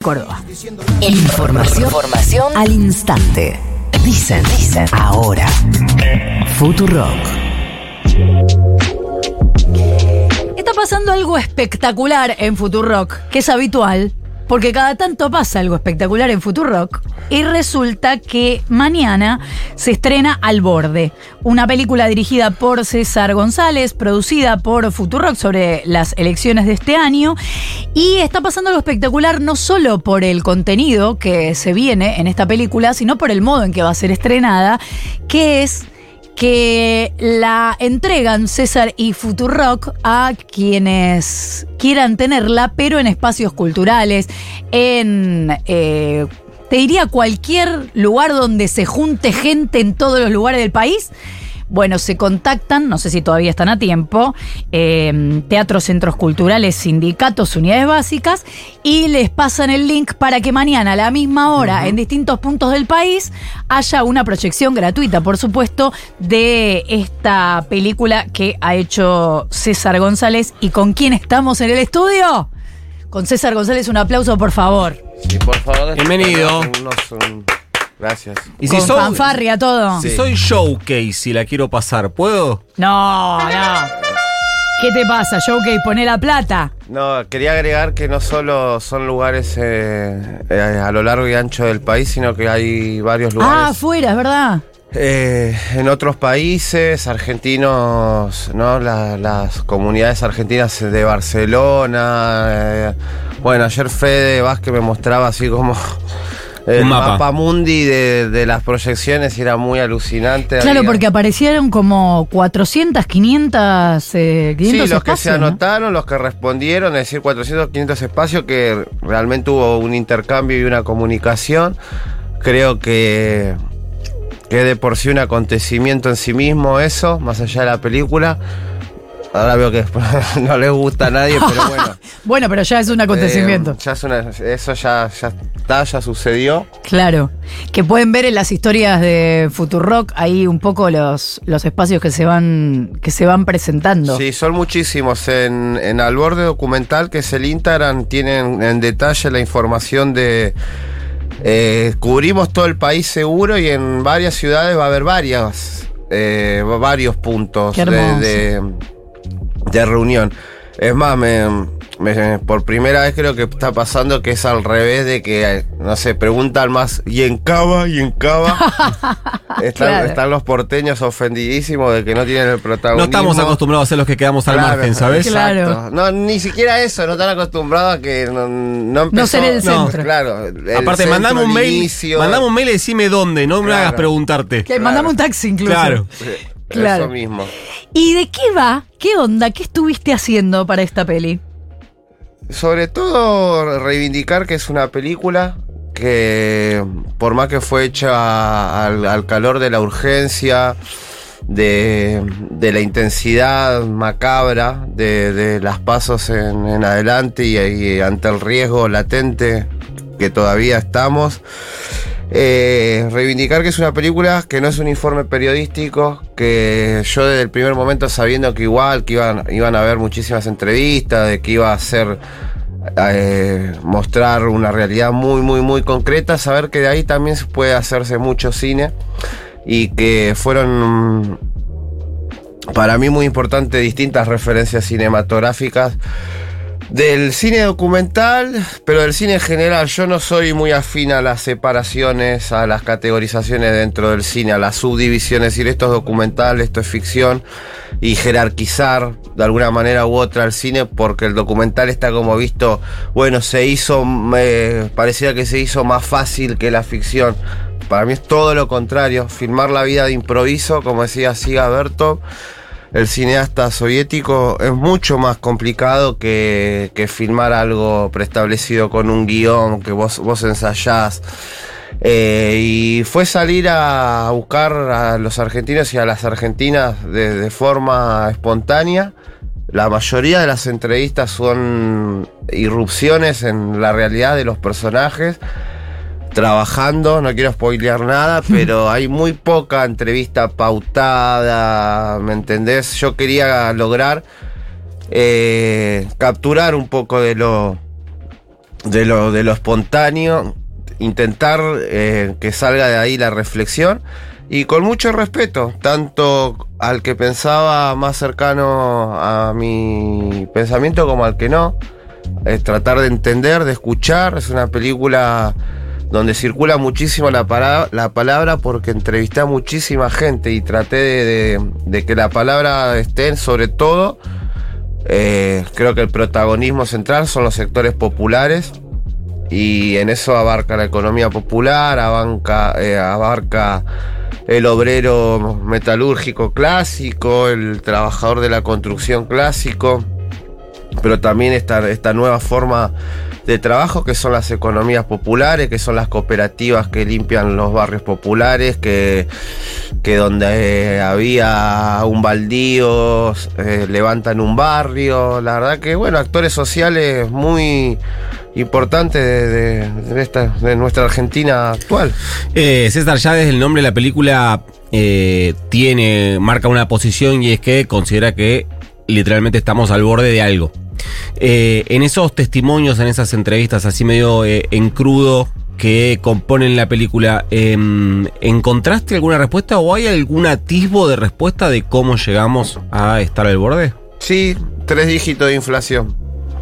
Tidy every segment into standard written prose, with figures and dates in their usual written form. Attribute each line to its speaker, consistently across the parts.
Speaker 1: Córdoba. Información al instante. Dicen ahora. Futurock. Está pasando algo espectacular en Futurock, que es habitual, porque cada tanto pasa algo espectacular en Futurock. Y resulta que mañana se estrena Al Borde, una película dirigida por César González, producida por Futurock sobre las elecciones de este año. Y está pasando algo espectacular no solo por el contenido que se viene en esta película, sino por el modo en que va a ser estrenada, que es que la entregan César y Futurock a quienes quieran tenerla, pero en espacios culturales, te diría cualquier lugar donde se junte gente en todos los lugares del país. Bueno, se contactan, no sé si todavía están a tiempo, teatros, centros culturales, sindicatos, unidades básicas, y les pasan el link para que mañana a la misma hora, en distintos puntos del país, haya una proyección gratuita, por supuesto, de esta película que ha hecho César González. ¿Y con quién estamos en el estudio? Con César González, un aplauso, por favor.
Speaker 2: Sí, por favor.
Speaker 3: Bienvenido.
Speaker 2: Gracias.
Speaker 3: Y
Speaker 1: con fanfarria, todo.
Speaker 3: Si soy showcase, si la quiero pasar, ¿puedo?
Speaker 1: No. ¿Qué te pasa, Showcase? Poné la plata.
Speaker 2: No, quería agregar que no solo son lugares a lo largo y ancho del país, sino que hay varios lugares.
Speaker 1: Ah, afuera, es verdad.
Speaker 2: En otros países, argentinos, ¿no? Las comunidades argentinas de Barcelona. Bueno, ayer Fede Vázquez me mostraba así como el mapa mundi de las proyecciones y era muy alucinante.
Speaker 1: Claro, porque aparecieron como 400, 500
Speaker 2: sí, los
Speaker 1: espacios,
Speaker 2: que se anotaron, ¿no? Los que respondieron, es decir, 400, 500 espacios, que realmente hubo un intercambio y una comunicación. Creo que de por sí un acontecimiento en sí mismo eso, más allá de la película. Ahora veo que no les gusta a nadie, pero bueno.
Speaker 1: Bueno, pero ya es un acontecimiento.
Speaker 2: Eso ya está, ya sucedió.
Speaker 1: Claro, que pueden ver en las historias de Futurock ahí un poco los espacios que se van presentando.
Speaker 2: Sí, son muchísimos. En Al Borde Documental, que es el Instagram, tienen en detalle la información de... cubrimos todo el país seguro y en varias ciudades va a haber varios puntos de reunión. Es más, por primera vez creo que está pasando que es al revés de que, no sé, preguntan más y en Cava.
Speaker 1: Claro.
Speaker 2: Están los porteños ofendidísimos de que no tienen el protagonismo.
Speaker 3: No estamos acostumbrados a ser los que quedamos al margen, ¿sabes?
Speaker 1: Claro.
Speaker 2: No, ni siquiera eso, no están acostumbrados a que no empezó.
Speaker 1: No ser el centro.
Speaker 2: Claro.
Speaker 3: Aparte, mandame un mail y decime dónde, no me hagas preguntarte.
Speaker 1: Que mandame un taxi incluso.
Speaker 3: Claro.
Speaker 1: Claro.
Speaker 2: Eso mismo.
Speaker 1: ¿Y de qué va? ¿Qué onda? ¿Qué estuviste haciendo para esta peli?
Speaker 2: Sobre todo reivindicar que es una película que, por más que fue hecha al calor de la urgencia, de la intensidad macabra de las pasos en adelante y ante el riesgo latente que todavía estamos, reivindicar que es una película que no es un informe periodístico, que yo desde el primer momento, sabiendo que iban a haber muchísimas entrevistas, de que iba a ser mostrar una realidad muy muy muy concreta, saber que de ahí también se puede hacerse mucho cine, y que fueron para mí muy importantes distintas referencias cinematográficas del cine documental, pero del cine en general. Yo no soy muy afín a las separaciones, a las categorizaciones dentro del cine, a las subdivisiones, es decir, esto es documental, esto es ficción, y jerarquizar de alguna manera u otra el cine, porque el documental está como visto, bueno, parecía que se hizo más fácil que la ficción. Para mí es todo lo contrario, filmar la vida de improviso, como decía Siga Bertov, el cineasta soviético, es mucho más complicado que filmar algo preestablecido con un guión que vos ensayás. Y fue salir a buscar a los argentinos y a las argentinas de forma espontánea. La mayoría de las entrevistas son irrupciones en la realidad de los personajes, trabajando, no quiero spoilear nada, pero hay muy poca entrevista pautada, ¿me entendés? Yo quería lograr capturar un poco de lo de lo espontáneo, intentar que salga de ahí la reflexión, y con mucho respeto, tanto al que pensaba más cercano a mi pensamiento como al que no. Tratar de entender, de escuchar. Es una película donde circula muchísimo la palabra, porque entrevisté a muchísima gente y traté de que la palabra esté sobre todo. Creo que el protagonismo central son los sectores populares, y en eso abarca la economía popular, abarca el obrero metalúrgico clásico, el trabajador de la construcción clásico, pero también esta nueva forma de trabajo que son las economías populares, que son las cooperativas que limpian los barrios populares, que donde había un baldío levantan un barrio. La verdad que, bueno, actores sociales muy importantes de nuestra Argentina actual.
Speaker 3: César, ya desde el nombre de la película marca una posición, y es que considera que literalmente estamos al borde de algo. En esos testimonios, en esas entrevistas así medio en crudo que componen la película, ¿encontraste alguna respuesta o hay algún atisbo de respuesta de cómo llegamos a estar al borde?
Speaker 2: Sí, 3 dígitos de inflación.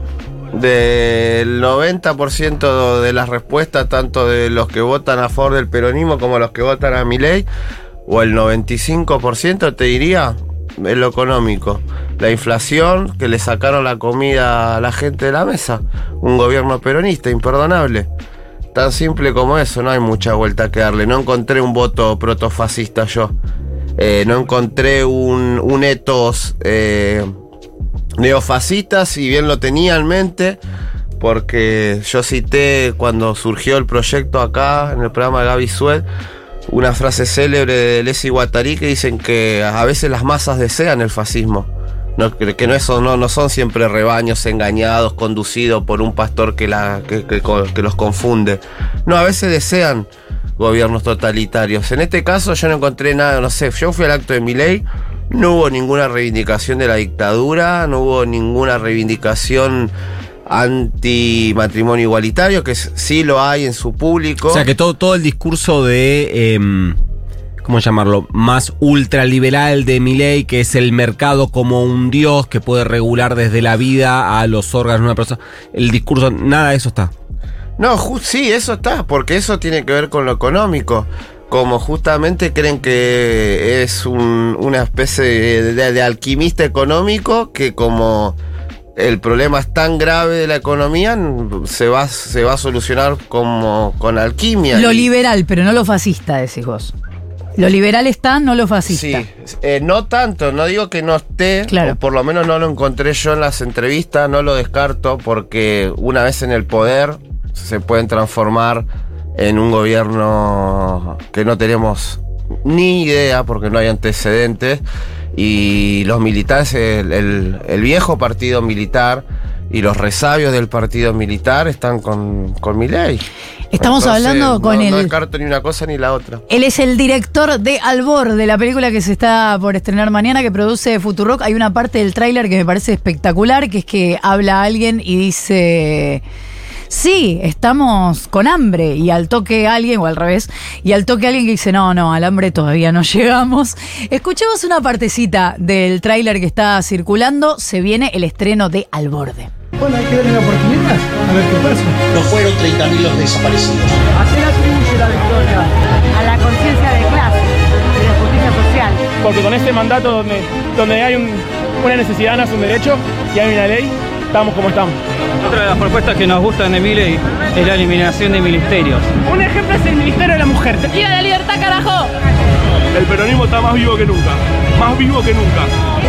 Speaker 2: Del 90% de las respuestas, tanto de los que votan a favor del peronismo como los que votan a Milei, o el 95% te diría, es lo económico. La inflación, que le sacaron la comida a la gente de la mesa. Un gobierno peronista, imperdonable. Tan simple como eso, no hay mucha vuelta que darle. No encontré un voto protofascista yo. No encontré un etos neofascista, si bien lo tenía en mente, porque yo cité cuando surgió el proyecto acá, en el programa de Gaby Sued, una frase célebre de Lesi Guattari que dicen que a veces las masas desean el fascismo. Que no son siempre rebaños engañados, conducidos por un pastor que los confunde. No, a veces desean gobiernos totalitarios. En este caso yo no encontré nada, no sé, yo fui al acto de Milei, no hubo ninguna reivindicación de la dictadura, no hubo ninguna reivindicación anti-matrimonio igualitario, que sí lo hay en su público.
Speaker 3: O sea que todo el discurso de... ¿cómo llamarlo? Más ultraliberal de Milei, que es el mercado como un dios que puede regular desde la vida a los órganos de una persona. El discurso, nada de eso está.
Speaker 2: No, sí, eso está, porque eso tiene que ver con lo económico. Como justamente creen que es una especie de alquimista económico, que como el problema es tan grave de la economía, se va a solucionar como con alquimia.
Speaker 1: Lo liberal, pero no lo fascista, decís vos. Lo liberal está, no lo fascista.
Speaker 2: Sí, no tanto, no digo que no esté,
Speaker 1: claro.
Speaker 2: O por lo menos no lo encontré yo en las entrevistas, no lo descarto, porque una vez en el poder se pueden transformar en un gobierno que no tenemos ni idea, porque no hay antecedentes, y los militares, el viejo partido militar y los resabios del partido militar están con Milei.
Speaker 1: Estamos hablando con él.
Speaker 2: No descarto ni una cosa ni la otra.
Speaker 1: Él es el director de Al Borde, la película que se está por estrenar mañana, que produce Futurock. Hay una parte del tráiler que me parece espectacular, que es que habla alguien y dice... Sí, estamos con hambre, y al toque alguien, o al revés, y al toque alguien que dice, no, al hambre todavía no llegamos. Escuchemos una partecita del tráiler que está circulando. Se viene el estreno de Al Borde.
Speaker 4: Bueno, hay que darle una oportunidad a ver qué pasa.
Speaker 5: No fueron 30.000 los desaparecidos.
Speaker 4: ¿A qué atribuye la victoria?
Speaker 6: A la conciencia de clase y de justicia social.
Speaker 7: Porque con este mandato donde hay una necesidad, no es un derecho, y hay una ley, estamos como estamos.
Speaker 8: Otra de las propuestas que nos gustan de Milei es la eliminación de ministerios.
Speaker 7: Un ejemplo es el Ministerio de la Mujer.
Speaker 6: ¡Viva la libertad, carajo!
Speaker 7: El peronismo está más vivo que nunca. Más vivo que nunca.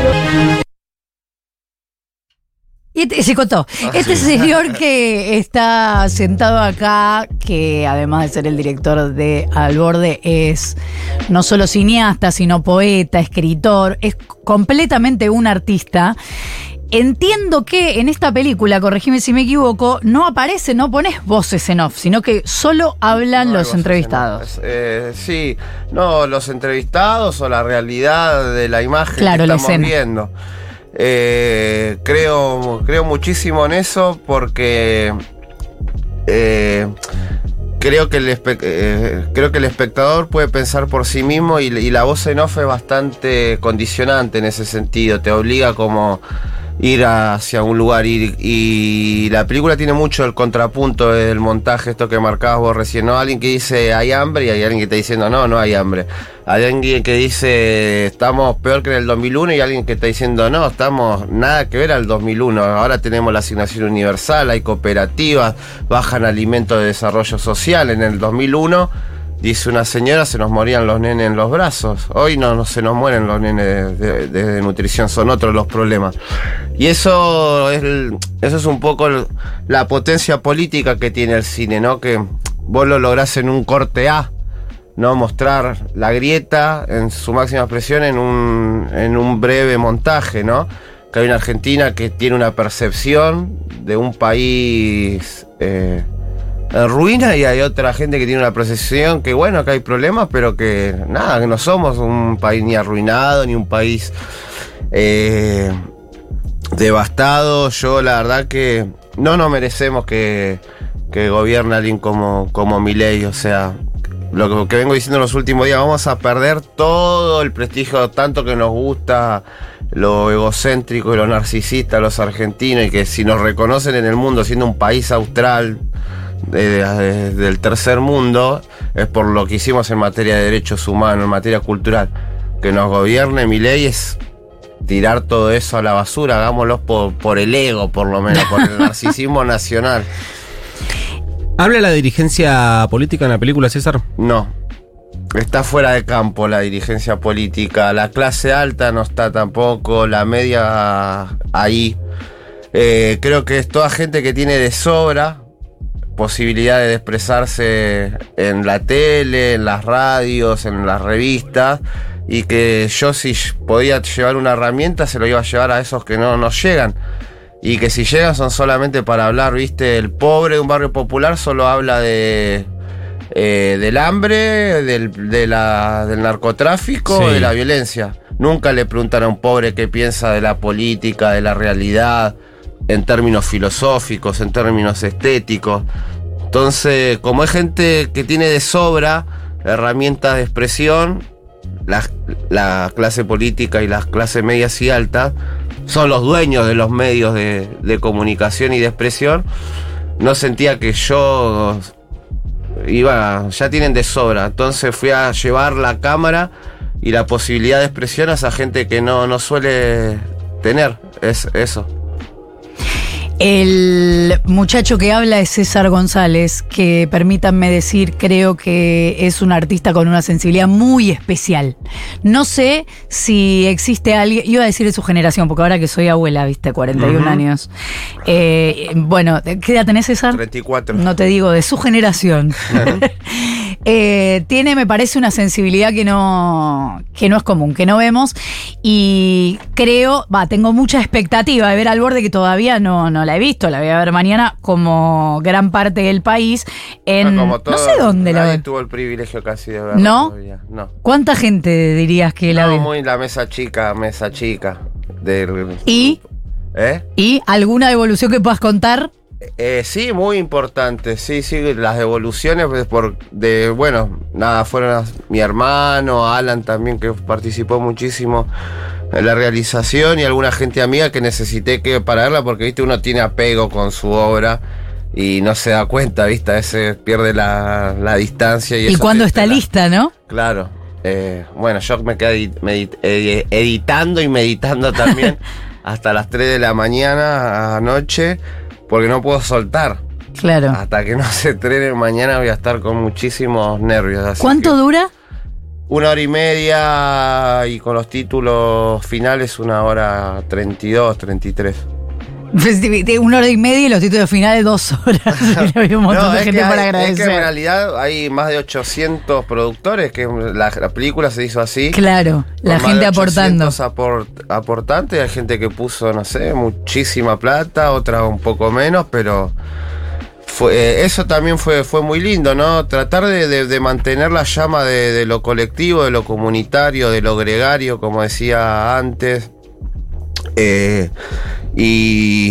Speaker 1: Y se contó. Este señor que está sentado acá, que además de ser el director de Al Borde, es no solo cineasta, sino poeta, escritor, es completamente un artista. Entiendo que en esta película, corregime si me equivoco, no pones voces en off, sino que solo hablan los entrevistados.
Speaker 2: Sí, no, los entrevistados o la realidad de la imagen que estamos viendo. Creo muchísimo en eso, porque creo que el espectador puede pensar por sí mismo y la voz en off es bastante condicionante en ese sentido, te obliga como ir hacia un lugar y la película tiene mucho el contrapunto del montaje, esto que marcabas vos recién, ¿no? Alguien que dice hay hambre y hay alguien que está diciendo no hay hambre. Hay alguien que dice estamos peor que en el 2001 y alguien que está diciendo no, estamos nada que ver al 2001. Ahora tenemos la asignación universal, hay cooperativas, bajan alimentos de desarrollo social. En el 2001, dice una señora, se nos morían los nenes en los brazos. Hoy no se nos mueren los nenes de nutrición, son otros los problemas. Y eso es un poco la potencia política que tiene el cine, ¿no? Que vos lo lográs en un corte A, ¿no? Mostrar la grieta en su máxima expresión en un breve montaje, ¿no? Que hay una Argentina que tiene una percepción de un país en ruina y hay otra gente que tiene una percepción que bueno, que hay problemas, pero que nada, que no somos un país ni arruinado, ni un país devastado. Yo la verdad que no nos merecemos que gobierne alguien como Milei, o sea, lo que vengo diciendo en los últimos días, vamos a perder todo el prestigio, tanto que nos gusta lo egocéntrico y lo narcisista a los argentinos, y que si nos reconocen en el mundo siendo un país austral del tercer mundo, es por lo que hicimos en materia de derechos humanos, en materia cultural. Que nos gobierne Milei es tirar todo eso a la basura, hagámoslo por el ego, por lo menos, por el narcisismo nacional.
Speaker 3: ¿Habla la dirigencia política en la película, César?
Speaker 2: No. Está fuera de campo la dirigencia política. La clase alta no está tampoco. La media ahí. Creo que es toda gente que tiene de sobra posibilidades de expresarse en la tele, en las radios, en las revistas. Y que yo, si podía llevar una herramienta, se lo iba a llevar a esos que no nos llegan. Y que si llegan son solamente para hablar, ¿viste? El pobre de un barrio popular solo habla del hambre, del narcotráfico, sí, de la violencia. Nunca le preguntan a un pobre qué piensa de la política, de la realidad, en términos filosóficos, en términos estéticos. Entonces, como hay gente que tiene de sobra herramientas de expresión, la clase política y las clases medias y altas son los dueños de los medios de comunicación y de expresión. No sentía que yo ya tienen de sobra. Entonces fui a llevar la cámara y la posibilidad de expresión a esa gente que no suele tener. Es eso.
Speaker 1: El muchacho que habla es César González, que permítanme decir, creo que es un artista con una sensibilidad muy especial. No sé si existe alguien, iba a decir de su generación, porque ahora que soy abuela, viste, 41 años. Bueno, ¿qué edad tenés, César?
Speaker 2: 34.
Speaker 1: No te digo, de su generación. Tiene, me parece, una sensibilidad que no es común, que no vemos. Y creo, tengo mucha expectativa de ver Al Borde, que todavía no la he visto, la voy a ver mañana, como gran parte del país en
Speaker 2: como todo,
Speaker 1: no sé dónde la
Speaker 2: nadie
Speaker 1: ve.
Speaker 2: tuvo el privilegio casi de verla.
Speaker 1: ¿No?
Speaker 2: Todavía. No.
Speaker 1: ¿Cuánta gente dirías que la ve?
Speaker 2: Muy la mesa chica
Speaker 1: ¿Y? ¿Y alguna evolución que puedas contar?
Speaker 2: Sí, muy importante. Sí, las devoluciones fueron mi hermano, Alan también, que participó muchísimo en la realización, y alguna gente amiga que necesité para verla, porque viste, uno tiene apego con su obra y no se da cuenta, viste, a veces pierde la distancia. Y
Speaker 1: cuando está lista, ¿no?
Speaker 2: Claro. Yo me quedé editando y meditando también hasta las 3 de la mañana anoche, porque no puedo soltar.
Speaker 1: Claro.
Speaker 2: Hasta que no se estrene mañana voy a estar con muchísimos nervios. Así
Speaker 1: ¿Cuánto dura?
Speaker 2: 1 hora y media, y con los títulos finales 1 hora 32, 33.
Speaker 1: 1 hora y media y los títulos finales 2 horas. Hay un montón de gente para agradecer.
Speaker 2: Es que en realidad hay más de 800 productores, que la película se hizo así.
Speaker 1: Claro, la gente aportando.
Speaker 2: Aportantes, hay gente que puso, no sé, muchísima plata, otra un poco menos, pero eso también fue muy lindo, ¿no? Tratar de mantener la llama de lo colectivo, de lo comunitario, de lo gregario, como decía antes. Y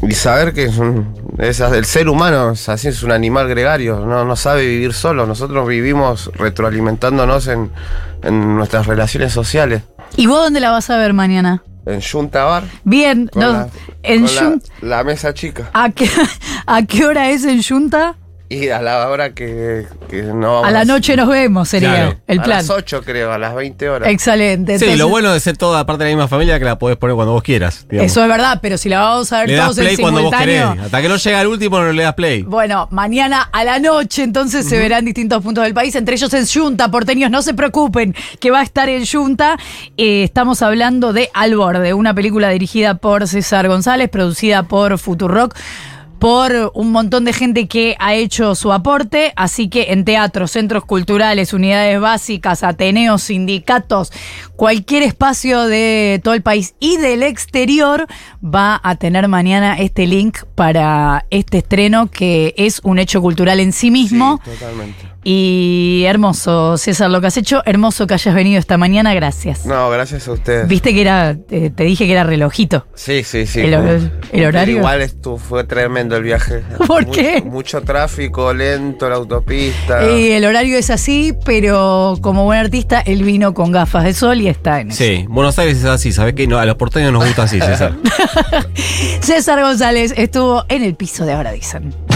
Speaker 2: Y saber que el ser humano es así, es un animal gregario, no sabe vivir solo. Nosotros vivimos retroalimentándonos en nuestras relaciones sociales.
Speaker 1: ¿Y vos dónde la vas a ver mañana?
Speaker 2: En Junta Bar.
Speaker 1: Bien,
Speaker 2: Con
Speaker 1: no,
Speaker 2: la-
Speaker 1: en
Speaker 2: con
Speaker 1: Junta.
Speaker 2: la mesa chica.
Speaker 1: ¿A qué hora es en Junta?
Speaker 2: Y a la hora que no vamos
Speaker 1: A la noche nos vemos, sería
Speaker 3: Claro.
Speaker 1: el
Speaker 2: a
Speaker 1: plan.
Speaker 2: las 8 creo, a las 20 horas.
Speaker 1: Excelente.
Speaker 3: Sí,
Speaker 1: entonces-
Speaker 3: lo bueno de ser toda parte de la misma familia es que la podés poner cuando vos quieras. digamos.
Speaker 1: Eso es verdad, pero si la vamos a ver
Speaker 3: Le das
Speaker 1: todos en
Speaker 3: play cuando vos
Speaker 1: simultáneo.
Speaker 3: querés. Hasta que no llega el último no le das play.
Speaker 1: Bueno, mañana a la noche entonces se verán distintos puntos del país, entre ellos en Junta. Porteños, no se preocupen que va a estar en Junta. Estamos hablando de Al Borde, una película dirigida por César González, producida por Futurock, por un montón de gente que ha hecho su aporte, así que en teatros, centros culturales, unidades básicas, ateneos, sindicatos, cualquier espacio de todo el país y del exterior va a tener mañana este link para este estreno que es un hecho cultural en sí mismo.
Speaker 2: Sí, totalmente.
Speaker 1: Y hermoso, César, lo que has hecho, hermoso que hayas venido esta mañana, gracias.
Speaker 2: No, gracias a ustedes.
Speaker 1: Viste que era, te dije que era relojito.
Speaker 2: Sí.
Speaker 1: ¿El horario?
Speaker 2: Igual fue tremendo el viaje.
Speaker 1: ¿Por qué?
Speaker 2: Mucho tráfico, lento, la autopista.
Speaker 1: El horario es así, pero como buen artista, él vino con gafas de sol y está en eso.
Speaker 3: Sí, Buenos Aires es así, ¿sabés qué? No, a los porteños nos gusta así, César.
Speaker 1: César González estuvo en el piso de Ahora Dicen.